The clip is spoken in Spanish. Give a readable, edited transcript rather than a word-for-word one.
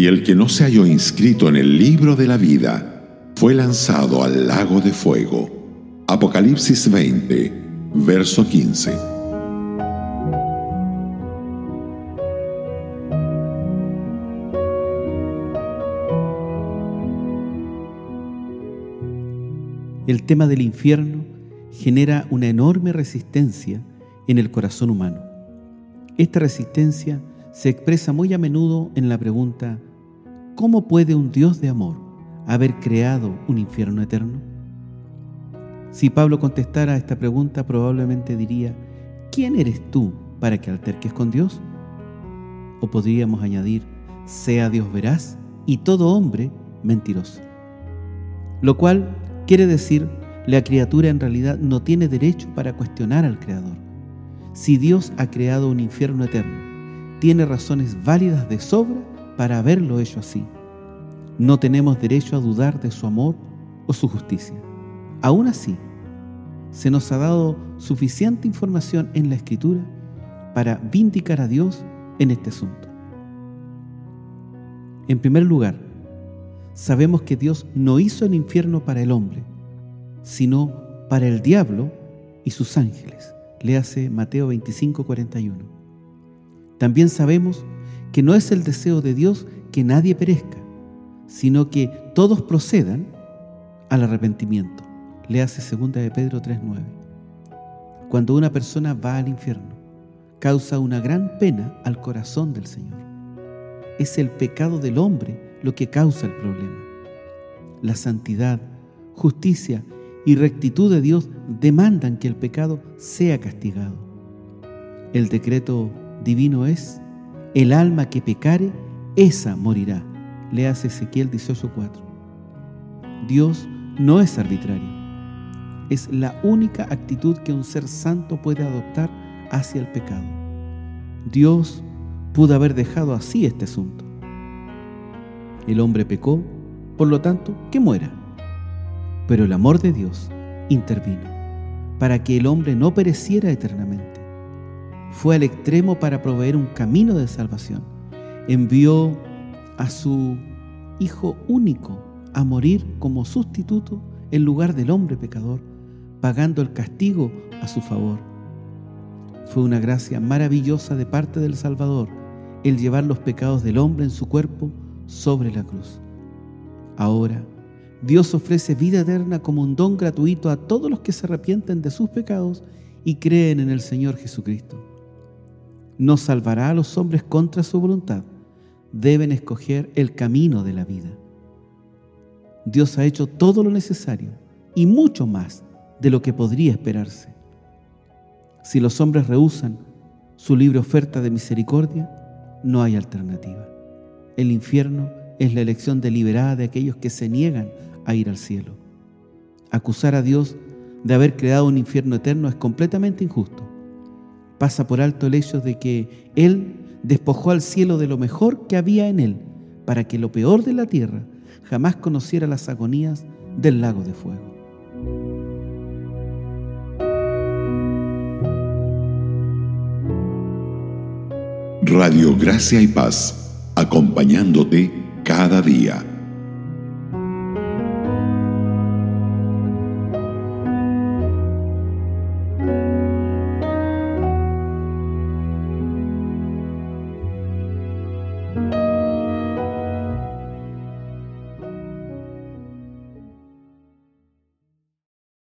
Y el que no se halló inscrito en el libro de la vida fue lanzado al lago de fuego. Apocalipsis 20, verso 15. El tema del infierno genera una enorme resistencia en el corazón humano. Esta resistencia se expresa muy a menudo en la pregunta: ¿cómo puede un Dios de amor haber creado un infierno eterno? Si Pablo contestara a esta pregunta, probablemente diría: ¿quién eres tú para que alterques con Dios? O podríamos añadir: sea Dios veraz y todo hombre mentiroso. Lo cual quiere decir, la criatura en realidad no tiene derecho para cuestionar al Creador. Si Dios ha creado un infierno eterno, tiene razones válidas de sobra para haberlo hecho así. No tenemos derecho a dudar de su amor o su justicia. Aún así, se nos ha dado suficiente información en la Escritura para vindicar a Dios en este asunto. En primer lugar, sabemos que Dios no hizo el infierno para el hombre, sino para el diablo y sus ángeles. Léase Mateo 25:41. También sabemos que no es el deseo de Dios que nadie perezca, sino que todos procedan al arrepentimiento. Léase 2 de Pedro 3:9. Cuando una persona va al infierno, causa una gran pena al corazón del Señor. Es el pecado del hombre lo que causa el problema. La santidad, justicia y rectitud de Dios demandan que el pecado sea castigado. El decreto divino es: el alma que pecare, esa morirá. Léase Ezequiel 18:4. Dios no es arbitrario. Es la única actitud que un ser santo puede adoptar hacia el pecado. Dios pudo haber dejado así este asunto. El hombre pecó, por lo tanto, que muera. Pero el amor de Dios intervino para que el hombre no pereciera eternamente. Fue al extremo para proveer un camino de salvación. Envió a su Hijo único a morir como sustituto en lugar del hombre pecador, pagando el castigo a su favor. Fue una gracia maravillosa de parte del Salvador el llevar los pecados del hombre en su cuerpo sobre la cruz. Ahora, Dios ofrece vida eterna como un don gratuito a todos los que se arrepienten de sus pecados y creen en el Señor Jesucristo. No salvará a los hombres contra su voluntad. Deben escoger el camino de la vida. Dios ha hecho todo lo necesario y mucho más de lo que podría esperarse. Si los hombres rehúsan su libre oferta de misericordia, no hay alternativa. El infierno es la elección deliberada de aquellos que se niegan a ir al cielo. Acusar a Dios de haber creado un infierno eterno es completamente injusto. Pasa por alto el hecho de que Él despojó al cielo de lo mejor que había en él, para que lo peor de la tierra jamás conociera las agonías del lago de fuego. Radio Gracia y Paz, acompañándote cada día.